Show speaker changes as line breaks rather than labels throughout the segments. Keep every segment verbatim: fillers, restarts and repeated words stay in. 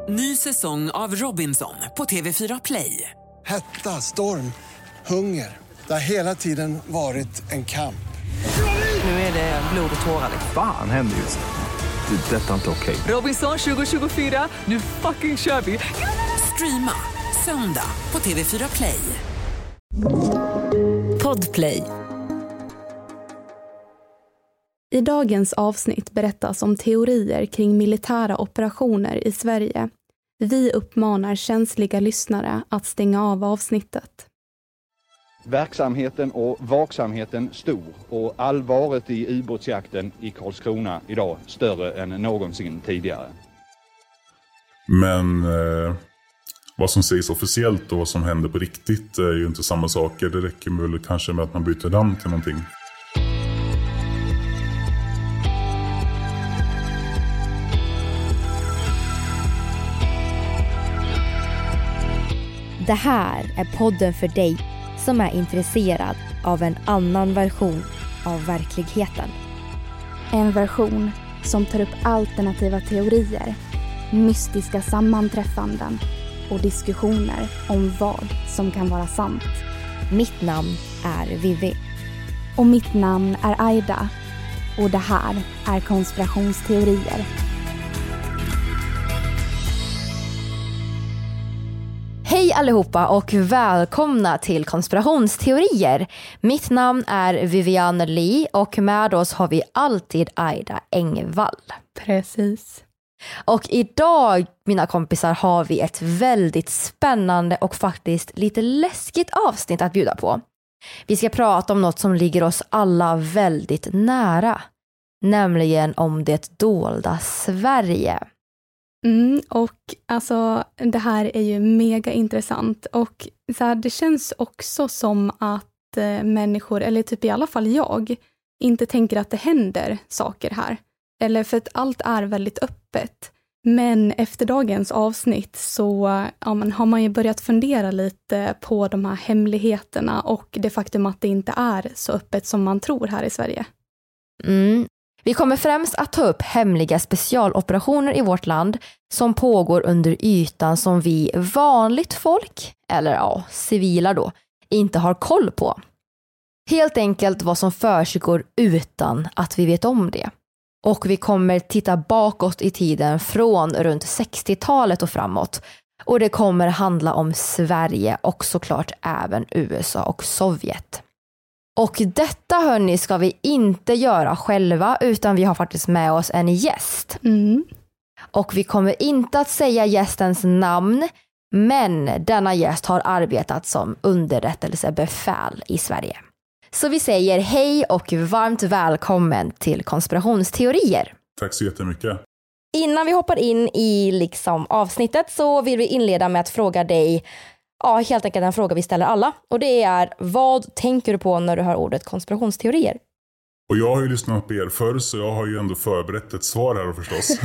Ny säsong av Robinson på T V fyra Play.
Hetta, storm, hunger. Det har hela tiden varit en kamp.
Nu är det blod och tårar.
Fan händer just nu. Det. Detta är inte okej.
Robinson tjugo tjugofyra, nu fucking kör vi. Streama söndag på T V fyra Play.
Podplay.
I dagens avsnitt berättas om teorier kring militära operationer i Sverige. Vi uppmanar känsliga lyssnare att stänga av avsnittet.
Verksamheten och vaksamheten stor och allvaret i ubåtsjakten i Karlskrona idag större än någonsin tidigare.
Men eh, vad som sägs officiellt och vad som händer på riktigt är ju inte samma saker. Det räcker väl kanske med att man byter namn till någonting.
Det här är podden för dig som är intresserad av en annan version av verkligheten.
En version som tar upp alternativa teorier, mystiska sammanträffanden och diskussioner om vad som kan vara sant.
Mitt namn är Vivi.
Och mitt namn är Aida. Och det här är konspirationsteorier.
Hej allihopa och välkomna till konspirationsteorier. Mitt namn är Viviane Lee och med oss har vi alltid Aida Engvall.
Precis.
Och idag, mina kompisar, har vi ett väldigt spännande och faktiskt lite läskigt avsnitt att bjuda på. Vi ska prata om något som ligger oss alla väldigt nära. Nämligen om det dolda Sverige.
Mm, och alltså det här är ju mega intressant och så här, det känns också som att eh, människor, eller typ i alla fall jag, inte tänker att det händer saker här. Eller för att allt är väldigt öppet. Men efter dagens avsnitt så ja, man, har man ju börjat fundera lite på de här hemligheterna och det faktum att det inte är så öppet som man tror här i Sverige.
Mm. Vi kommer främst att ta upp hemliga specialoperationer i vårt land som pågår under ytan som vi vanligt folk, eller ja, civila då, inte har koll på. Helt enkelt vad som försiggår utan att vi vet om det. Och vi kommer titta bakåt i tiden från runt sextiotalet och framåt. Och det kommer handla om Sverige och såklart även U S A och Sovjet. Och detta, hörni, ska vi inte göra själva utan vi har faktiskt med oss en gäst.
Mm.
Och vi kommer inte att säga gästens namn, men denna gäst har arbetat som underrättelsebefäl i Sverige. Så vi säger hej och varmt välkommen till konspirationsteorier.
Tack så jättemycket.
Innan vi hoppar in i liksom avsnittet så vill vi inleda med att fråga dig, ja, helt enkelt en fråga vi ställer alla. Och det är, vad tänker du på när du hör ordet konspirationsteorier?
Och jag har ju lyssnat på er förr så jag har ju ändå förberett ett svar här förstås.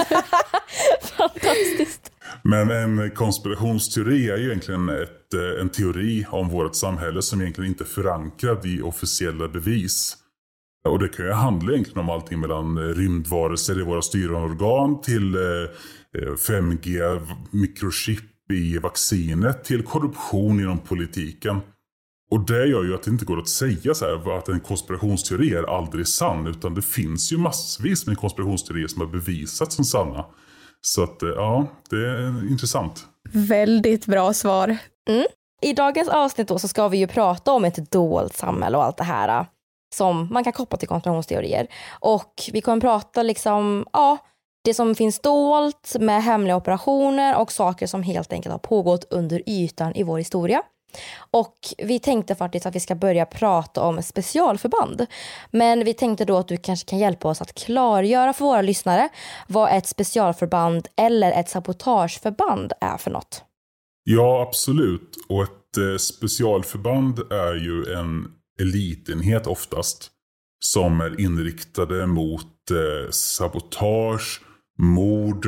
Fantastiskt.
Men en konspirationsteori är ju egentligen ett, en teori om vårt samhälle som egentligen inte är förankrad i officiella bevis. Och det kan ju handla egentligen om allting mellan rymdvarelser i våra styrande organ till fem G, mikrochip i vaccinet till korruption inom politiken. Och det gör ju att det inte går att säga så här att en konspirationsteori är aldrig sann, utan det finns ju massvis med konspirationsteorier som har bevisats som sanna. Så att ja, det är intressant.
Väldigt bra svar.
Mm. I dagens avsnitt då så ska vi ju prata om ett dolt samhälle och allt det här som man kan koppla till konspirationsteorier. Och vi kommer prata liksom, ja, det som finns dolt med hemliga operationer och saker som helt enkelt har pågått under ytan i vår historia. Och vi tänkte faktiskt att vi ska börja prata om specialförband. Men vi tänkte då att du kanske kan hjälpa oss att klargöra för våra lyssnare vad ett specialförband eller ett sabotageförband är för något.
Ja, absolut. Och ett eh, specialförband är ju en elitenhet oftast som är inriktade mot eh, sabotage, mord,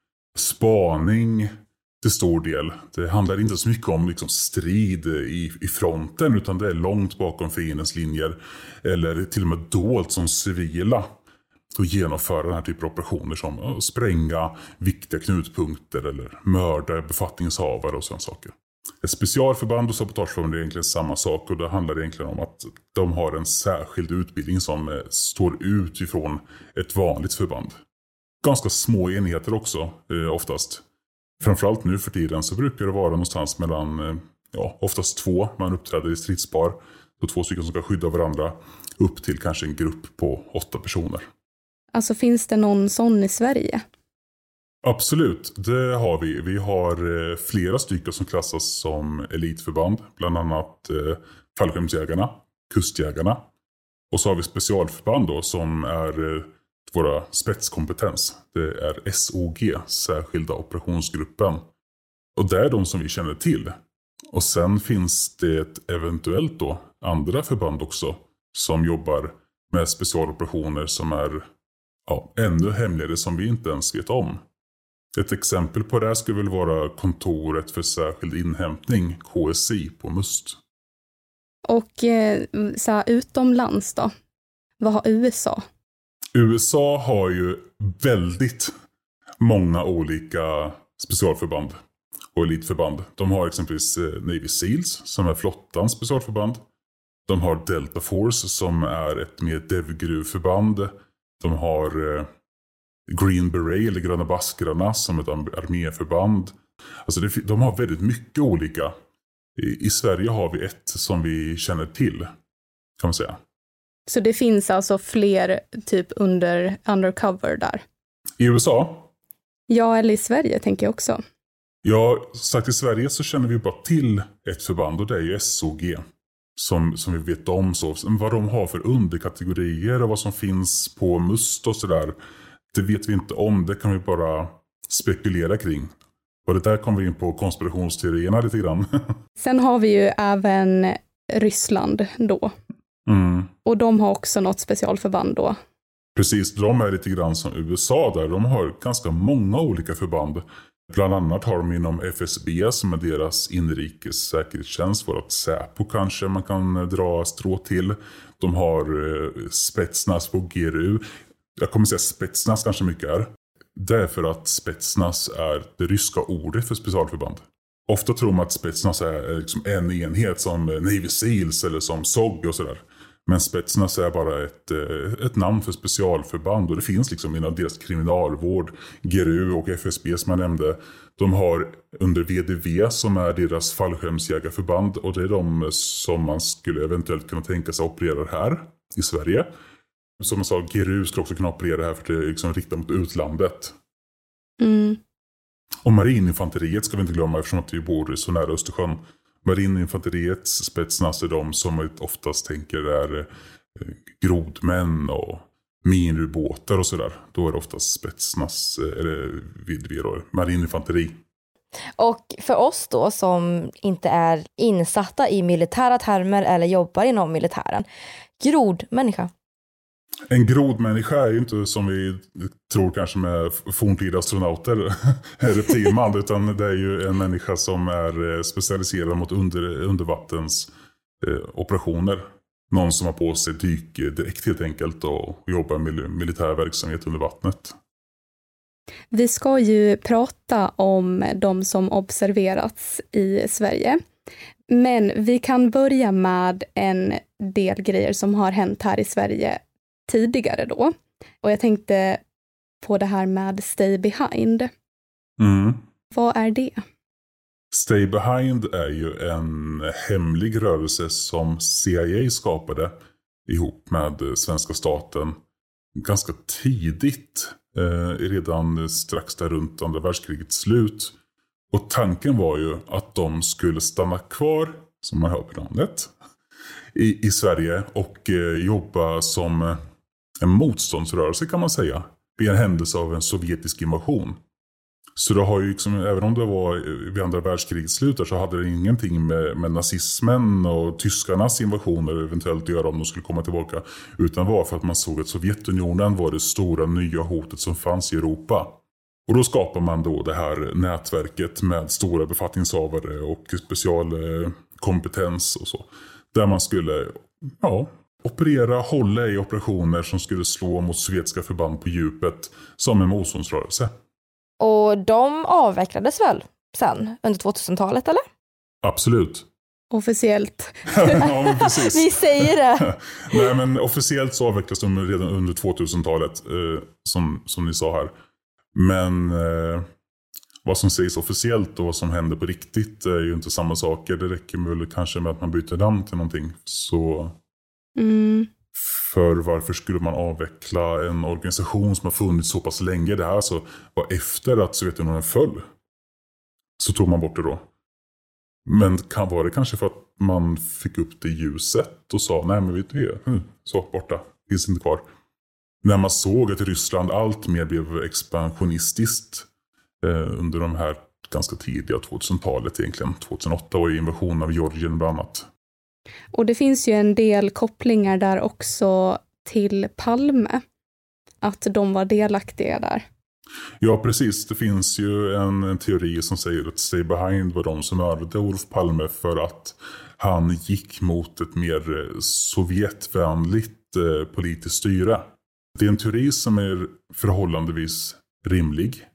spaning till stor del. Det handlar inte så mycket om liksom strid i, i fronten, utan det är långt bakom fiendens linjer eller till och med dolt som civila. att genomföra den här typen av operationer som att spränga viktiga knutpunkter eller mörda befattningshavare och sådana saker. Ett specialförband och sabotageförband är egentligen samma sak, och det handlar egentligen om att de har en särskild utbildning som står ut ifrån ett vanligt förband. Ganska små enheter också eh, oftast. Framförallt nu för tiden så brukar det vara någonstans mellan eh, ja, oftast två, man uppträder i stridspar, så två stycken som ska skydda varandra, upp till kanske en grupp på åtta personer.
Alltså finns det någon sån i Sverige?
Absolut, det har vi. Vi har eh, flera stycken som klassas som elitförband. Bland annat eh, fallskärmsjägarna, kustjägarna. Och så har vi specialförband då, som är eh, våra spetskompetens. Det är S O G, särskilda operationsgruppen. Och det är de som vi känner till. Och sen finns det eventuellt då andra förband också som jobbar med specialoperationer som är ja, ännu hemligare, som vi inte ens vet om. Ett exempel på det här skulle väl vara kontoret för särskild inhämtning, K S I, på Must.
Och eh, så här, utomlands då? Vad har U S A?
U S A har ju väldigt många olika specialförband och elitförband. De har exempelvis Navy Seals som är flottans specialförband. De har Delta Force som är ett mer devgruvförband. De har eh, Green Beret eller Gröna Baskrarna som ett arméförband. Alltså det, de har väldigt mycket olika. I, I Sverige har vi ett som vi känner till, kan man säga.
Så det finns alltså fler typ under undercover där?
I U S A?
Ja, eller i Sverige tänker jag också.
Ja, sagt i Sverige så känner vi bara till ett förband, och det är ju S O G. Som, som vi vet om, så vad de har för underkategorier och vad som finns på Must och sådär. Det vet vi inte om, det kan vi bara spekulera kring. Och det där kommer vi in på konspirationsteorierna lite grann. Sen
har vi ju även Ryssland då.
Mm.
Och de har också något specialförband då.
Precis, de är lite grann som U S A där. De har ganska många olika förband. Bland annat har de inom F S B som är deras inrikes säkerhetstjänst, vårat Säpo kanske man kan dra strå till. De har eh, Spetsnaz på G R U. Jag kommer säga Spetsnaz kanske mycket är. Därför att Spetsnaz är det ryska ordet för specialförband. Ofta tror man att Spetsnaz är liksom en enhet som Navy Seals eller som S O G och sådär. Men Spetsnaz är bara ett, ett namn för specialförband, och det finns liksom inom deras kriminalvård, G R U och F S B som jag nämnde. De har under V D V som är deras fallskärmsjägarförband, och det är de som man skulle eventuellt kunna tänka sig operera här i Sverige. Som jag sa, G R U skulle också kunna operera här för det är liksom riktat mot utlandet.
Mm.
Och marininfanteriet ska vi inte glömma eftersom att vi bor så nära Östersjön. Marininfanteriets Spetsnaz är de som oftast tänker är grodmän och minubåtar och sådär. Då är det oftast Spetsnaz eller V D V, marininfanteri.
Och för oss då som inte är insatta i militära termer eller jobbar inom militären, grodmänniska.
En grodmänniska är ju inte som vi tror kanske med forntida astronauter, reptilman, utan det är ju en människa som är specialiserad mot under, undervattens eh, operationer. Någon som har på sig dyk direkt helt enkelt och jobbar med militär verksamhet under vattnet.
Vi ska ju prata om de som observerats i Sverige. Men vi kan börja med en del grejer som har hänt här i Sverige tidigare då. Och jag tänkte på det här med Stay Behind.
Mm.
Vad är det?
Stay Behind är ju en hemlig rörelse som C I A skapade ihop med svenska staten ganska tidigt, eh, redan strax där runt andra världskrigets slut. Och tanken var ju att de skulle stanna kvar, som man hör på namnet, i, i Sverige och eh, jobba som en motståndsrörelse kan man säga, vid en händelse av en sovjetisk invasion. Så det har ju liksom, även om det var vid andra världskrigets slut så hade det ingenting med, med nazismen och tyskarnas invasioner eventuellt att göra om de skulle komma tillbaka. Utan var för att man såg att Sovjetunionen var det stora nya hotet som fanns i Europa. Och då skapar man då det här nätverket med stora befattningshavare och specialkompetens och så. Där man skulle ja, operera, hålla i operationer som skulle slå mot sovjetiska förband på djupet som en motståndsrörelse.
Och de avvecklades väl sen under tvåtusentalet, eller?
Absolut.
Officiellt.
Ja, men precis.
Vi säger det.
Nej, men officiellt så avvecklas de redan under tvåtusentalet, eh, som, som ni sa här. Men eh, vad som sägs officiellt och vad som händer på riktigt är ju inte samma saker. Det räcker väl kanske med att man byter namn till någonting. Så
Mm.
för varför skulle man avveckla en organisation som har funnits så pass länge? Det här så var efter att Sovjetunionen föll. Så tog man bort det då. Men kan vara det kanske för att man fick upp det ljuset och sa nej men vet du det, så borta, finns inte kvar. När man såg att Ryssland allt mer blev expansionistiskt eh, under de här ganska tidiga tvåtusentalet egentligen. tjugohundraåtta var ju invasion av Georgien bland annat.
Och det finns ju en del kopplingar där också till Palme. Att de var delaktiga där.
Ja, precis. Det finns ju en, en teori som säger att Stay Behind var de som mördade Olof Palme för att han gick mot ett mer sovjetvänligt eh, politiskt styre. Det är en teori som är förhållandevis rimlig.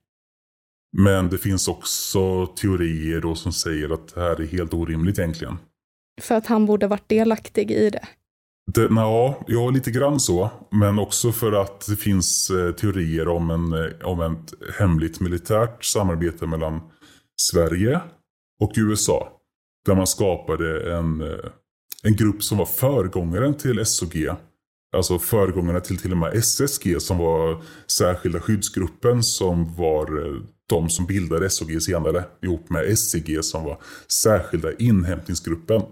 Men det finns också teorier då som säger att det här är helt orimligt egentligen.
För att han borde varit delaktig i det.
Det, ja, ja, lite grann så. Men också för att det finns eh, teorier om, en, eh, om ett hemligt militärt samarbete mellan Sverige och U S A. Där man skapade en, eh, en grupp som var föregångaren till S O G. Alltså föregångarna till till och med S S G som var särskilda skyddsgruppen som var eh, de som bildade S O G senare. Ihop med S C G som var särskilda inhämtningsgruppen.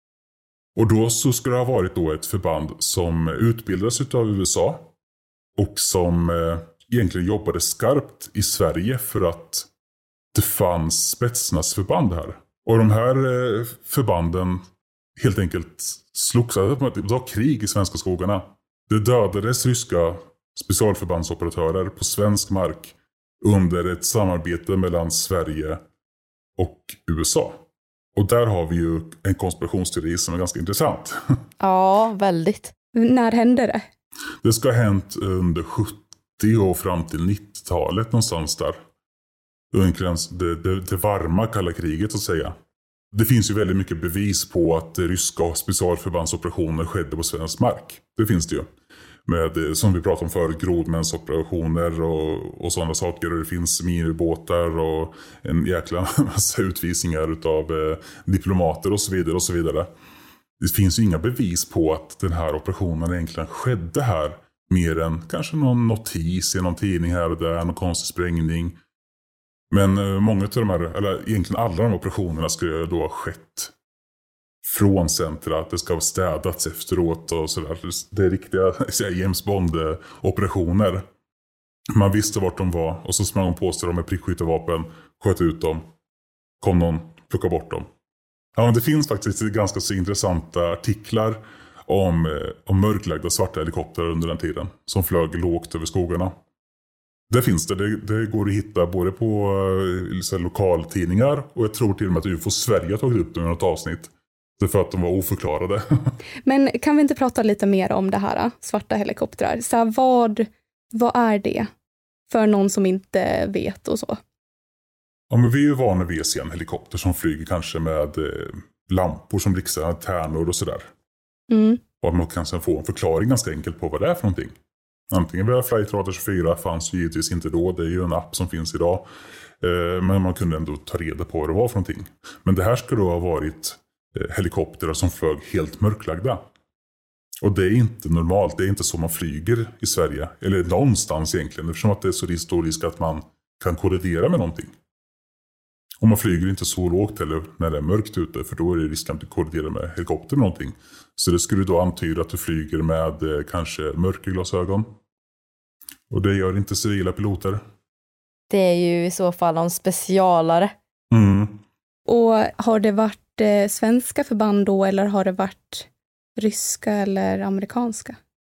Och då så skulle det ha varit då ett förband som utbildades av U S A och som eh, egentligen jobbade skarpt i Sverige för att det fanns spetsnazförband här. Och de här eh, förbanden helt enkelt slogs, det var krig i svenska skogarna. Det dödades ryska specialförbandsoperatörer på svensk mark under ett samarbete mellan Sverige och U S A. Och där har vi ju en konspirationsteori som är ganska intressant.
Ja, väldigt.
När hände det?
Det ska ha hänt under sjuttio och fram till nittiotalet någonstans där. Det, det, det varma kalla kriget att säga. Det finns ju väldigt mycket bevis på att ryska specialförbandsoperationer skedde på svensk mark. Det finns det ju. Med, som vi pratade om förut, grodmänsoperationer och, och sådana saker. Och det finns minibåtar och en jäkla massa utvisningar av eh, diplomater och så vidare och så vidare. Det finns ju inga bevis på att den här operationen egentligen skedde här. Mer än kanske någon notis i någon tidning här och där, någon konstig sprängning. Men eh, många av de här, eller egentligen alla de operationerna skulle då ha skett från centra, att det ska ha städats efteråt och sådär. Det är riktiga James Bond-operationer. Man visste vart de var och så sprang de på sig dem med prickskyttevapen, sköt ut dem, kom någon, plocka bort dem. Ja, det finns faktiskt ganska så intressanta artiklar om, om mörklagda svarta helikoptrar under den tiden som flög lågt över skogarna. Det finns det. det. Det går att hitta både på så här, lokaltidningar och jag tror till och med att U F O Sverige har tagit upp dem i något avsnitt. Det är för att de var oförklarade.
Men kan vi inte prata lite mer om det här, svarta helikoptrar? Så här, vad, vad är det för någon som inte vet och så?
Ja, men vi är ju vana vid att se en helikopter som flyger kanske med eh, lampor som blixtrar, tärnor och sådär.
Mm.
Och man kan sen få en förklaring ganska enkelt på vad det är för någonting. Antingen via Flight Radar tjugofyra fanns ju givetvis inte då. Det är ju en app som finns idag. Eh, men man kunde ändå ta reda på vad det var för någonting. Men det här ska då ha varit eh, helikoptrar som flög helt mörklagda. Och det är inte normalt. Det är inte så man flyger i Sverige. Eller någonstans egentligen. Eftersom att det är så stor risk att man kan kollidera med någonting. Och man flyger inte så lågt heller när det är mörkt ute. För då är det risken att du kolliderar med helikopter eller någonting. Så det skulle då antyda att du flyger med eh, kanske mörkerglasögon. Och det gör inte civila piloter.
Det är ju i så fall en specialare.
Mm.
Och har det varit eh, svenska förband då eller har det varit ryska eller amerikanska?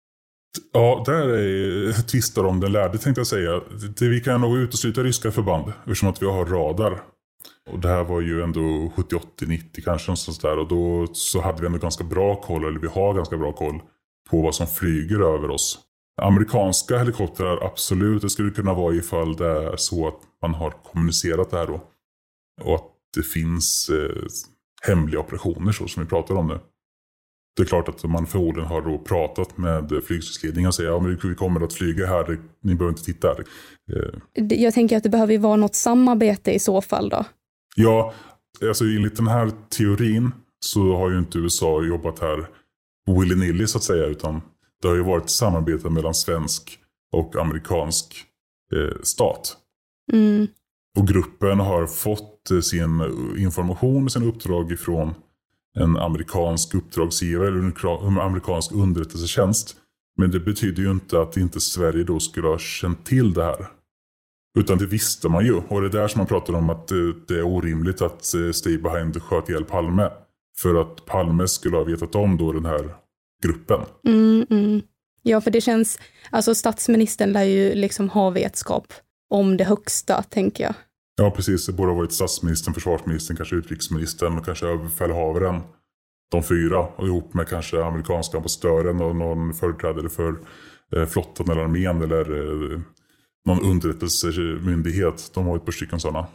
Ja, där är tvistar om den lärde tänkte jag säga. Det, vi kan nog utesluta ryska förband eftersom att vi har radar. Och det här var ju ändå sjuttio, åttio, nittio kanske någonstans där. Och då så hade vi ändå ganska bra koll, eller vi har ganska bra koll på vad som flyger över oss. Amerikanska helikoptrar, absolut, det skulle kunna vara ifall det är så att man har kommunicerat det här då. Och att det finns eh, hemliga operationer så som vi pratar om nu. Det är klart att man förmodligen har då pratat med flygstridsledningen och säger ja, men vi kommer att flyga här, ni behöver inte titta här. Eh.
Jag tänker att det behöver vara något samarbete i så fall då.
Ja, alltså enligt den här teorin så har ju inte U S A jobbat här willy-nilly så att säga, utan det har ju varit samarbete mellan svensk och amerikansk eh, stat.
Mm.
Och gruppen har fått eh, sin information, sin uppdrag ifrån en amerikansk uppdragsgivare eller en amerikansk underrättelsetjänst. Men det betyder ju inte att inte Sverige då skulle ha känt till det här. Utan det visste man ju. Och det är där som man pratar om att det är orimligt att Stay Behind sköt ihjäl Palme. För att Palme skulle ha vetat om då den här gruppen.
Mm, mm. Ja, för det känns... Alltså statsministern lär ju liksom ha vetskap om det högsta, tänker jag.
Ja, precis. Det borde ha varit statsministern, försvarsministern, kanske utrikesministern och kanske överbefälhavaren. De fyra. Och ihop med kanske amerikanska ambassadören och någon företrädare för eh, flottan eller armén eller eh, någon underrättelsemyndighet. De har ett par stycken sådana.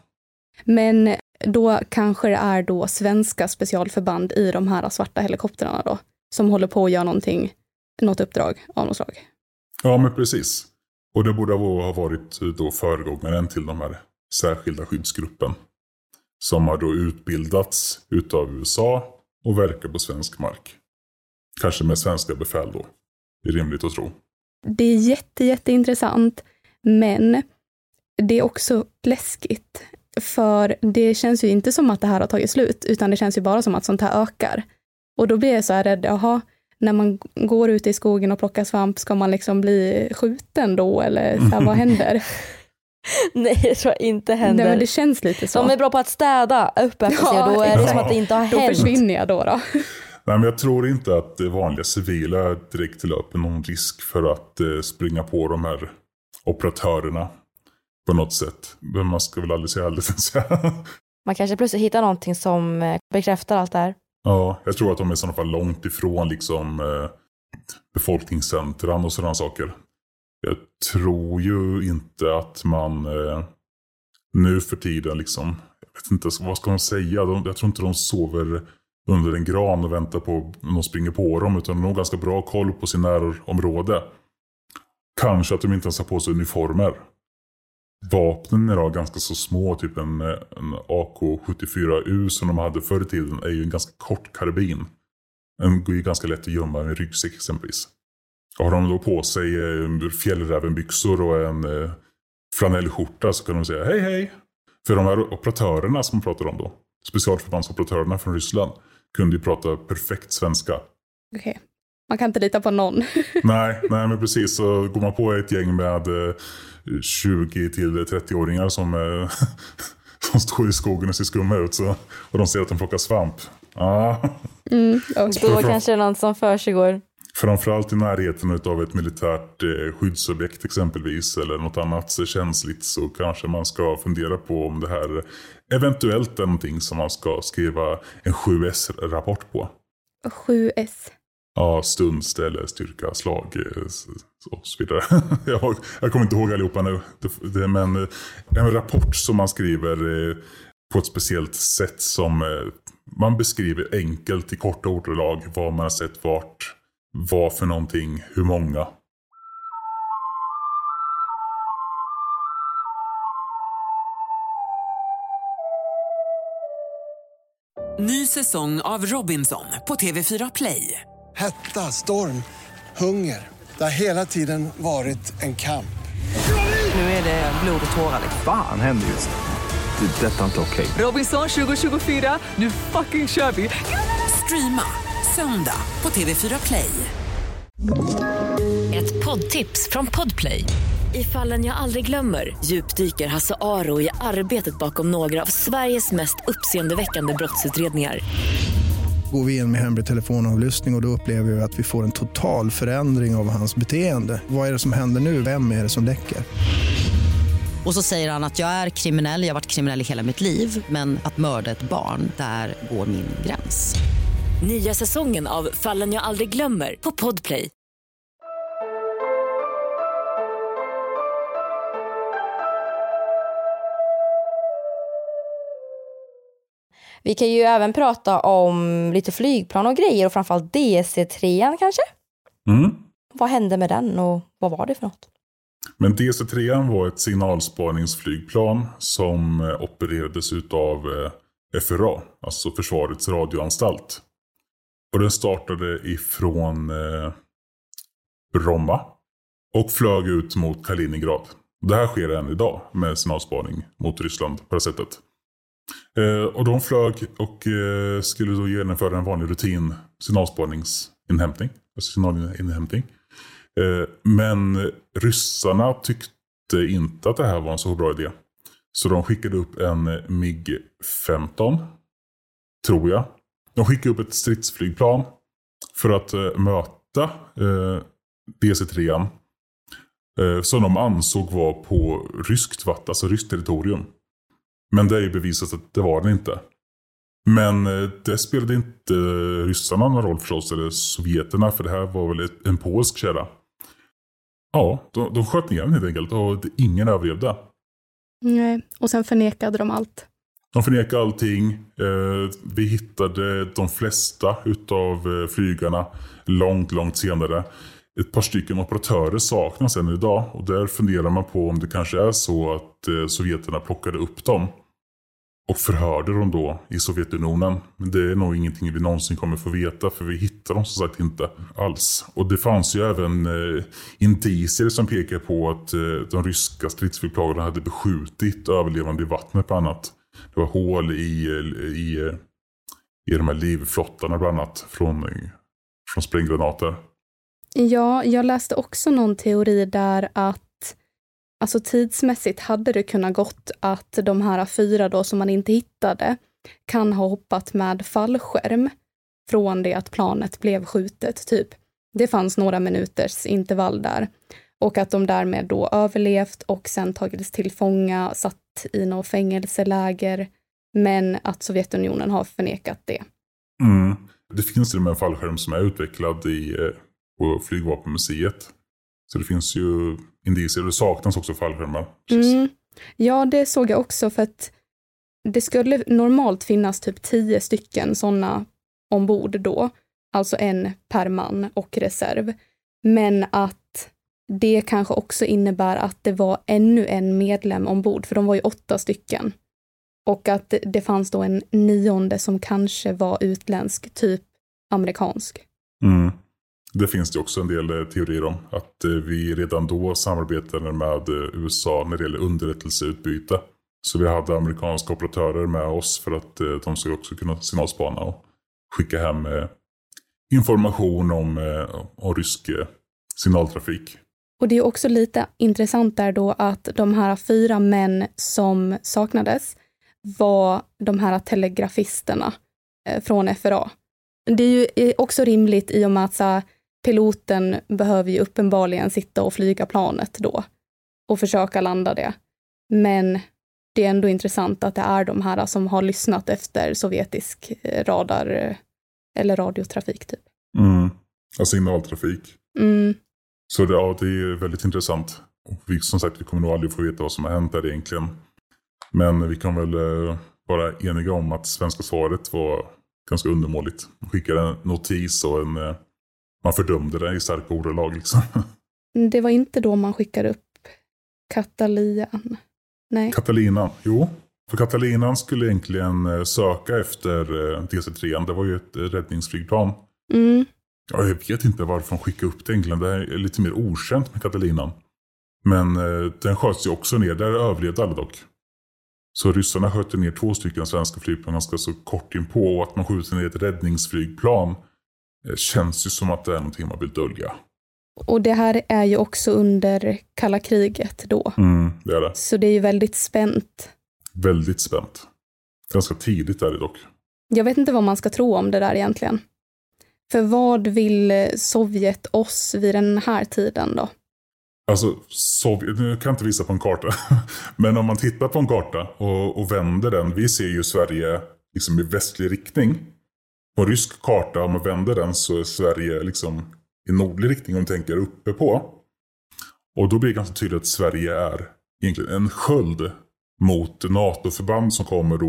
Men
då kanske det är då svenska specialförband i de här svarta helikoptrarna då, som håller på att göra någonting, något uppdrag av något slag.
Ja, men precis. Och det borde ha varit då föregångaren till de här särskilda skyddsgruppen som har då utbildats utav U S A och verkar på svensk mark. Kanske med svenska befäl då. Det är rimligt att tro.
Det är jätte, jätteintressant, men det är också läskigt. För det känns ju inte som att det här har tagit slut, utan det känns ju bara som att sånt här ökar. Och då blir jag så här rädd, jaha, när man går ut i skogen och plockar svamp, ska man liksom bli skjuten då? Eller så här, vad händer?
Nej, det tror jag inte händer.
Nej, men det känns lite så.
De är bra på att städa upp efter sig, och då är det som att det inte har
då
hänt.
Då försvinner jag då då.
Nej, men jag tror inte att det vanliga civila direkt löper någon risk för att eh, springa på de här operatörerna på något sätt. Men man ska väl aldrig säga aldrig säga.
Man kanske plötsligt hittar någonting som bekräftar allt det här.
Ja, jag tror att de är i sådana fall långt ifrån liksom, eh, befolkningscentran och sådana saker. Jag tror ju inte att man eh, nu för tiden liksom, jag vet inte, vad ska man säga? De, jag tror inte de sover under en gran och väntar på att de springer på dem, utan de har ganska bra koll på sin närområde. Kanske att de inte ens har på sig uniformer. Vapnen är då ganska så små, typ en, en A K sjuttiofyra U som de hade förr i tiden är ju en ganska kort karbin. Den går ju ganska lätt att gömma med ryggsäck exempelvis. Har de då på sig fjällrävenbyxor och en eh, flanellskjorta så kan de säga hej hej. För de här operatörerna som man pratar om då, specialförbandsoperatörerna från Ryssland, kunde ju prata perfekt svenska.
Okej, okay. Man kan inte lita på någon. nej,
nej, men precis. Så går man på ett gäng med eh, tjugo till trettio-åringar som, eh, som står i skogen och ser skumma ut så, och de ser att de plockar svamp. Ah.
Mm, okay.
Då kanske det är någon som för sig går.
Framförallt i närheten av ett militärt eh, skyddsobjekt exempelvis eller något annat känsligt, så kanske man ska fundera på om det här eventuellt är någonting som man ska skriva en sju S-rapport på.
sju S?
Ja, stund, ställe, styrka, slag och så vidare. jag, jag kommer inte ihåg allihopa nu. Det, det, men en rapport som man skriver eh, på ett speciellt sätt som eh, man beskriver enkelt i korta ordalag vad man har sett vart. Vad för någonting, hur många.
Ny säsong av Robinson på T V fyra Play.
Hetta, storm, hunger. Det har hela tiden varit en kamp.
Nu är det blod och tårar.
Fan händer just det. Det är detta inte okej.
Robinson tjugo tjugofyra, nu fucking kör vi. Streama söndag på T V fyra Play.
Ett poddtips från Podplay. I Fallen jag aldrig glömmer djupdyker Hasse Aro i arbetet bakom några av Sveriges mest uppseendeväckande brottsutredningar.
Går vi in med hemlig telefonavlyssning och, och då upplever vi att vi får en total förändring av hans beteende. Vad är det som händer nu? Vem är det som läcker?
Och så säger han att jag är kriminell, jag har varit kriminell i hela mitt liv, men att mörda ett barn, där går min gräns.
Nya säsongen av Fallen jag aldrig glömmer på Podplay.
Vi kan ju även prata om lite flygplan och grejer och framförallt D C tre kanske.
Mm.
Vad hände med den och vad var det för något?
Men D C tre var ett signalspaningsflygplan som opererades utav F R A, alltså Försvarets radioanstalt. Och den startade ifrån eh, Bromma och flög ut mot Kaliningrad. Det här sker än idag med signalspaning mot Ryssland på det sättet. Eh, och de flög och eh, skulle då genomföra en vanlig rutin signalspaningsinhämtning. Alltså signalinhämtning. Eh, men ryssarna tyckte inte att det här var en så bra idé. Så de skickade upp en MiG femton, tror jag. De skickade upp ett stridsflygplan för att eh, möta eh, D C tre eh, som de ansåg var på ryskt vatten, alltså ryskt territorium. Men det är ju bevisat att det var det inte. Men eh, det spelade inte ryssarna någon roll förstås, eller sovjeterna, för det här var väl ett, en polsk källa. Ja, de, de sköt ner den helt enkelt och ingen överlevde.
Nej, och sen förnekade de allt.
De förnekade allting. Eh, vi hittade de flesta utav flygarna långt, långt senare. Ett par stycken operatörer saknas än idag. Och där funderar man på om det kanske är så att eh, sovjeterna plockade upp dem. Och förhörde dem då i Sovjetunionen. Men det är nog ingenting vi någonsin kommer få veta. För vi hittar dem som sagt inte alls. Och det fanns ju även eh, indicier som pekar på att eh, de ryska stridsflygplanen hade beskjutit överlevande i vattnet bland annat. Det var hål i, i, i de här livflottarna bland annat från, från spränggranater.
Ja, jag läste också någon teori där att alltså tidsmässigt hade det kunnat gått att de här fyra då som man inte hittade kan ha hoppat med fallskärm från det att planet blev skjutet typ. Det fanns några minuters intervall där. Och att de därmed då överlevt och sen tagits till fånga, satt i något fängelseläger. Men att Sovjetunionen har förnekat det.
Mm. Det finns ju med en fallskärm som är utvecklad i, på Flygvapenmuseet. Så det finns ju indicier, det saknas också fallskärmar.
Mm. Ja, det såg jag också, för att det skulle normalt finnas typ tio stycken sådana ombord då. Alltså en per man och reserv. Men att det kanske också innebär att det var ännu en medlem ombord, för de var ju åtta stycken. Och att det fanns då en nionde som kanske var utländsk, typ amerikansk.
Mm. Det finns det också en del teorier om. Att vi redan då samarbetade med U S A när det gäller underrättelseutbyte. Så vi hade amerikanska operatörer med oss för att de skulle också kunna signalspana och skicka hem information om, om rysk signaltrafik.
Och det är också lite intressant där då att de här fyra män som saknades var de här telegrafisterna från F R A. Det är ju också rimligt i och med att så här, piloten behöver ju uppenbarligen sitta och flyga planet då och försöka landa det. Men det är ändå intressant att det är de här som har lyssnat efter sovjetisk radar eller radiotrafik typ.
Mm. Alltså signaltrafik.
Mm.
Så det, ja, det är väldigt intressant. Och vi, som sagt, vi kommer nog aldrig få veta vad som har hänt där egentligen. Men vi kan väl eh, vara eniga om att svenska svaret var ganska undermåligt. Man skickade en notis och en, eh, man fördömde det i starka ordalag liksom.
Det var inte då man skickade upp Katalinan. Nej.
Catalina, jo. För Catalinan skulle egentligen söka efter eh, D C tre. Det var ju ett räddningsflygplan.
Mm.
Ja, jag vet inte varför de skickade upp det egentligen. Det är lite mer okänt med Catalinan. Men eh, den sköts ju också ner. Där överlevde alla dock. Så ryssarna sköt ner två stycken svenska flygplan ganska så kort in på. Och att man skjuter ner ett räddningsflygplan eh, känns ju som att det är någonting man vill dölja.
Och det här är ju också under kalla kriget då.
Mm, det är det.
Så det är ju väldigt spänt.
Väldigt spänt. Ganska tidigt är det dock.
Jag vet inte vad man ska tro om det där egentligen. För vad vill Sovjet oss vid den här tiden då?
Alltså, Sovjet, nu kan jag inte visa på en karta. Men om man tittar på en karta och, och vänder den. Vi ser ju Sverige liksom i västlig riktning. På en rysk karta, om man vänder den så är Sverige liksom i nordlig riktning om man tänker uppe på. Och då blir det ganska tydligt att Sverige är egentligen en sköld mot NATO-förband som kommer då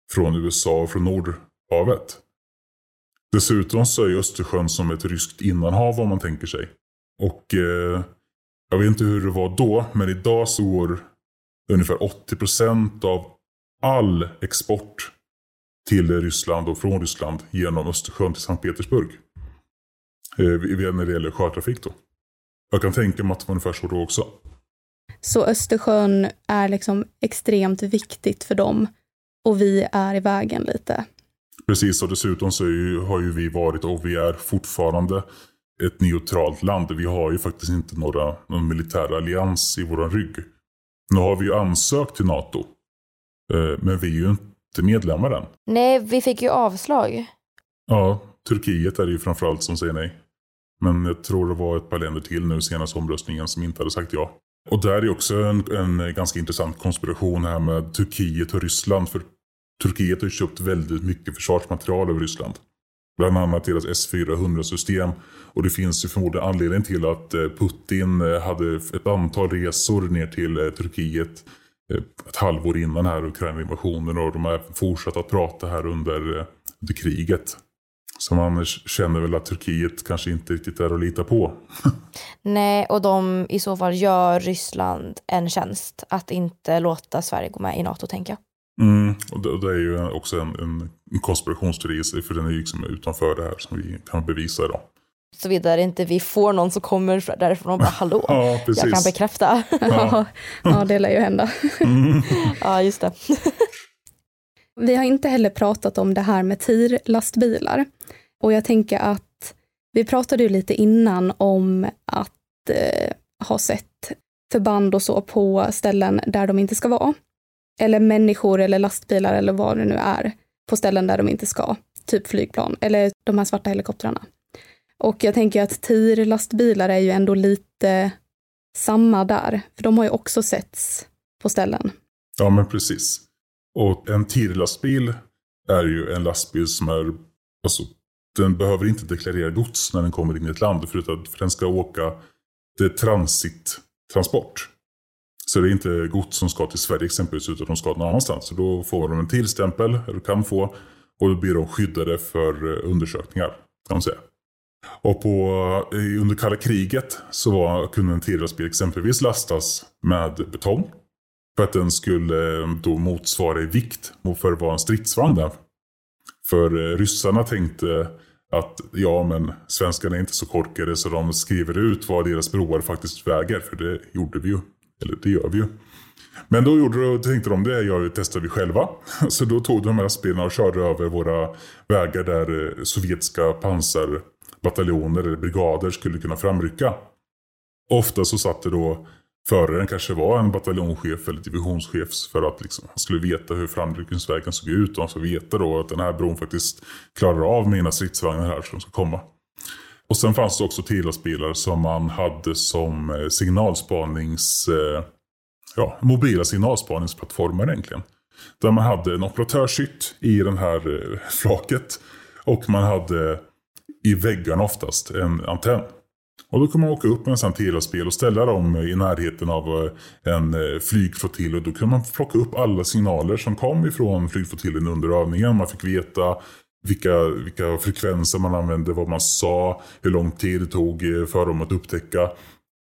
från U S A och från Nordhavet. Dessutom så är Östersjön som ett ryskt innanhav om man tänker sig. Och eh, jag vet inte hur det var då, men idag så går ungefär åttio procent av all export till Ryssland och från Ryssland genom Östersjön till Sankt Petersburg. Eh, när det gäller sjötrafik då. Jag kan tänka mig att det var ungefär så då också.
Så Östersjön är liksom extremt viktigt för dem och vi är i vägen lite.
Precis, och dessutom så är ju, har ju vi varit och vi är fortfarande ett neutralt land. Vi har ju faktiskt inte några, någon militär allians i våran rygg. Nu har vi ju ansökt till NATO, eh, men vi är ju inte medlemmar än.
Nej, vi fick ju avslag.
Ja, Turkiet är det ju framförallt som säger nej. Men jag tror det var ett par länder till nu senast omröstningen som inte hade sagt ja. Och där är också en, en ganska intressant konspiration här med Turkiet och Ryssland. För Turkiet har ju köpt väldigt mycket försvarsmaterial över Ryssland. Bland annat deras S four hundra-system. Och det finns ju förmodligen anledning till att Putin hade ett antal resor ner till Turkiet ett halvår innan här Ukraina-invasionen. Och de har fortsatt att prata här under, under kriget. Så man känner väl att Turkiet kanske inte riktigt är att lita på.
Nej, och de i så fall gör Ryssland en tjänst att inte låta Sverige gå med i NATO, tänker jag.
Mm, och det, det är ju också en, en konspirationsteori, för den är ju liksom utanför det här som vi kan bevisa idag.
Så vidare inte vi får någon som kommer därifrån och bara hallå,
ja, precis.
Jag kan bekräfta.
Ja, ja det lär ju hända.
Mm.
Ja, just det.
Vi har inte heller pratat om det här med tirlastbilar. Och jag tänker att vi pratade ju lite innan om att eh, ha sett förband och så på ställen där de inte ska vara. Eller människor eller lastbilar eller vad det nu är på ställen där de inte ska. Typ flygplan eller de här svarta helikoptrarna. Och jag tänker att tirlastbilar är ju ändå lite samma där. För de har ju också setts på ställen.
Ja, men precis. Och en tirlastbil är ju en lastbil som är, alltså, den behöver inte deklarera gods när den kommer in i ett land, för, att, för den ska åka, det är transittransport. Så det är inte gods som ska till Sverige exempelvis, utan de ska någon annanstans. Så då får de en tillstämpel, eller kan få, och då blir de skyddade för undersökningar, kan man säga. Och på, under kalla kriget så var, kunde en tirlastbil exempelvis lastas med betong. För att den skulle då motsvara i vikt för att vara en stridsvagn där. För ryssarna tänkte att ja, men svenskarna är inte så korkade så de skriver ut vad deras broar faktiskt väger. För det gjorde vi ju. Eller det gör vi ju. Men då gjorde det, tänkte de det, jag testade vi själva. Så då tog de här spelarna och körde över våra vägar där sovjetiska pansarbataljoner eller brigader skulle kunna framrycka. Ofta så satt det då föraren kanske var en bataljonschef eller divisionschef för att liksom, han skulle veta hur framryckningsvägen såg ut. Och han skulle veta då att den här bron faktiskt klarar av mina stridsvagnar här som ska komma. Och sen fanns det också tirlastbilar som man hade som signalspanings, ja, mobila signalspaningsplattformar egentligen. Där man hade en operatörshytt i den här flaket och man hade i väggarna oftast en antenn. Och då kunde man åka upp med en sån tirlastbil och ställa dem i närheten av en flygflottilj. Och då kunde man plocka upp alla signaler som kom ifrån flygflottiljen under övningen. Man fick veta vilka, vilka frekvenser man använde, vad man sa, hur lång tid det tog för dem att upptäcka.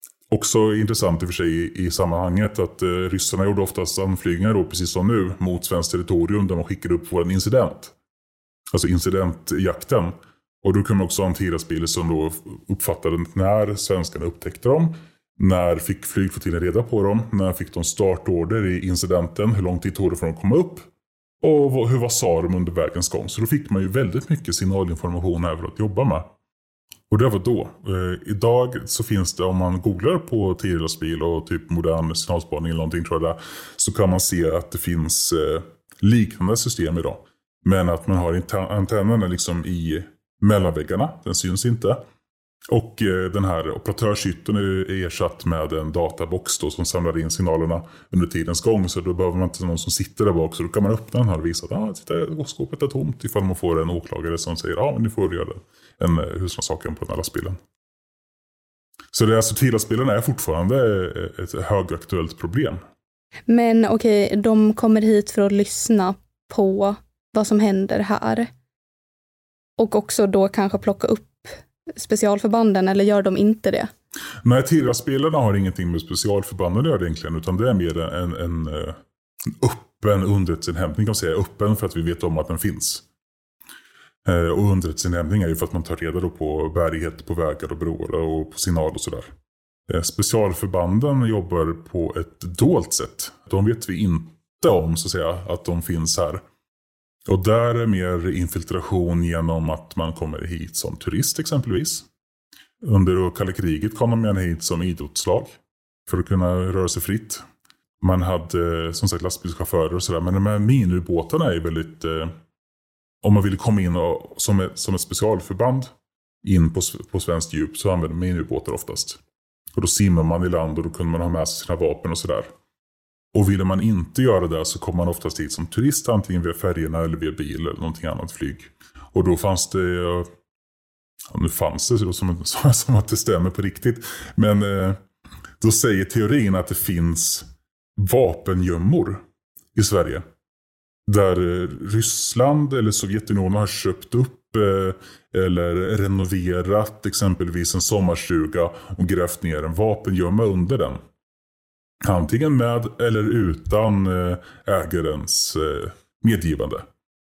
Också intressant i och för sig i, i sammanhanget att eh, ryssarna gjorde oftast anflygningar då, precis som nu, mot svenskt territorium där man skickade upp vår incident. Alltså incidentjakten. Och då kunde man också ha en tirlastbil som då uppfattade när svenskarna upptäckte dem. När fick flygflottiljen reda på dem? När fick de startorder i incidenten? Hur lång tid tog det för dem att komma upp? Och vad, hur vad sa de under vägens gång? Så då fick man ju väldigt mycket signalinformation här för att jobba med. Och det var då. Eh, idag så finns det, om man googlar på tirlastbil och typ modern signalspaning eller någonting tror jag där, så kan man se att det finns eh, liknande system idag. Men att man har antennerna liksom i mellanväggarna, den syns inte. Och eh, den här operatörshytten är ersatt med en databox då, som samlar in signalerna under tidens gång. Så då behöver man inte någon som sitter där bak. Så då kan man öppna den här och visa att ah, titta, skåpet är tomt. Ifall man får en åklagare som säger ja, ah, men nu får du göra en husrannsakan på den här lastbilen. Så det är alltså, tirlastbilen är fortfarande ett högaktuellt problem.
Men okej, okay, de kommer hit för att lyssna på vad som händer här. Och också då kanske plocka upp specialförbanden, eller gör de inte det?
Nej, Tiraspelarna har ingenting med specialförbanden att göra egentligen, utan det är mer en, en, en öppen underrättelseinhämtning kan man säga. Öppen för att vi vet om att den finns. Och underrättelseinhämtning är ju för att man tar reda då på bärighet på vägar och broar och på signal och sådär. Specialförbanden jobbar på ett dolt sätt. De vet vi inte om, så att säga, att de finns här. Och där är mer infiltration genom att man kommer hit som turist exempelvis. Under kalla kriget kom de gärna hit som idrottslag för att kunna röra sig fritt. Man hade som sagt lastbilschaufförer och sådär, men de här minubåtarna är väldigt... Eh, om man vill komma in och, som, ett, som ett specialförband in på, på svenskt djup, så använder man minubåtar oftast. Och då simmar man i land och då kunde man ha med sig sina vapen och sådär. Och ville man inte göra det så kom man oftast hit som turist, antingen via färgerna eller via bil eller någonting annat flyg. Och då fanns det, ja, nu fanns det som, som att det stämmer på riktigt, men eh, då säger teorin att det finns vapengömmor i Sverige. Där eh, Ryssland eller Sovjetunionen har köpt upp eh, eller renoverat exempelvis en sommarstuga och grävt ner en vapengömma under den. Antingen med eller utan ägarens medgivande.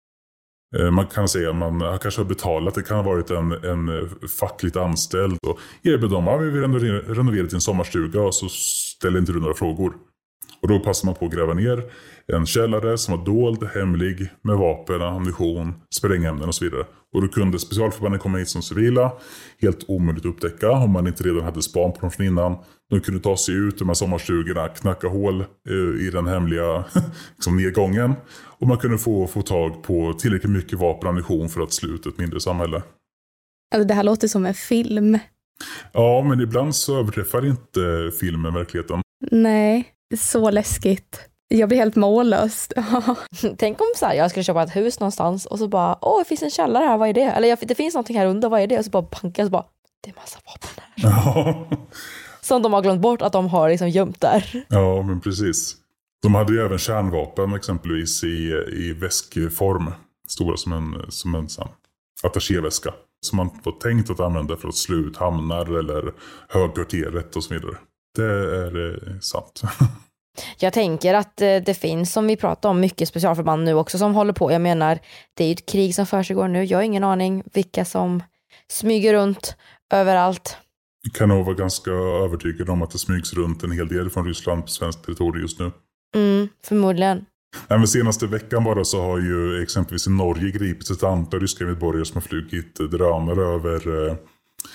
Man kan säga att man kanske har betalat. Det kan ha varit en, en fackligt anställd och erbjöd dem att vi vill renovera till en sommarstuga och så ställer inte du några frågor. Och då passar man på att gräva ner en källare som var dold, hemlig, med vapen, ammunition, sprängämnen och så vidare. Och då kunde specialförbanden komma hit som civila, helt omöjligt upptäcka om man inte redan hade span på dem från innan. De kunde ta sig ut de här sommarstugorna, knacka hål i den hemliga liksom, nedgången. Och man kunde få, få tag på tillräckligt mycket vapen och ammunition för att sluta ett mindre samhälle.
Alltså det här låter som en film.
Ja, men ibland så överträffar inte filmen verkligheten.
Nej, det är så läskigt. Jag blir helt mållös.
Tänk om så här, jag skulle köpa ett hus någonstans och så bara, åh, det finns en källare här, vad är det? Eller det finns någonting här under, vad är det? Och så bara bankar, så bara, det är massa vapen här.
Ja.
Som de har glömt bort att de har liksom gömt där.
Ja, men precis. De hade ju även kärnvapen exempelvis i, i väskform. Stora som en, som en sån attachéväska. Som man var tänkt att använda för att slå ut hamnar eller högkvarteret och så vidare. Det är eh, sant.
Jag tänker att det finns, som vi pratar om, mycket specialförband nu också som håller på. Jag menar, det är ju ett krig som försiggår nu. Jag har ingen aning vilka som smyger runt överallt.
Jag kan nog vara ganska övertygad om att det smygs runt en hel del från Ryssland på svenskt territorium just nu.
Mm, förmodligen.
Nej, men senaste veckan bara så har ju exempelvis i Norge gripits ett antal ryska medborgare som har flugit drönare över eh,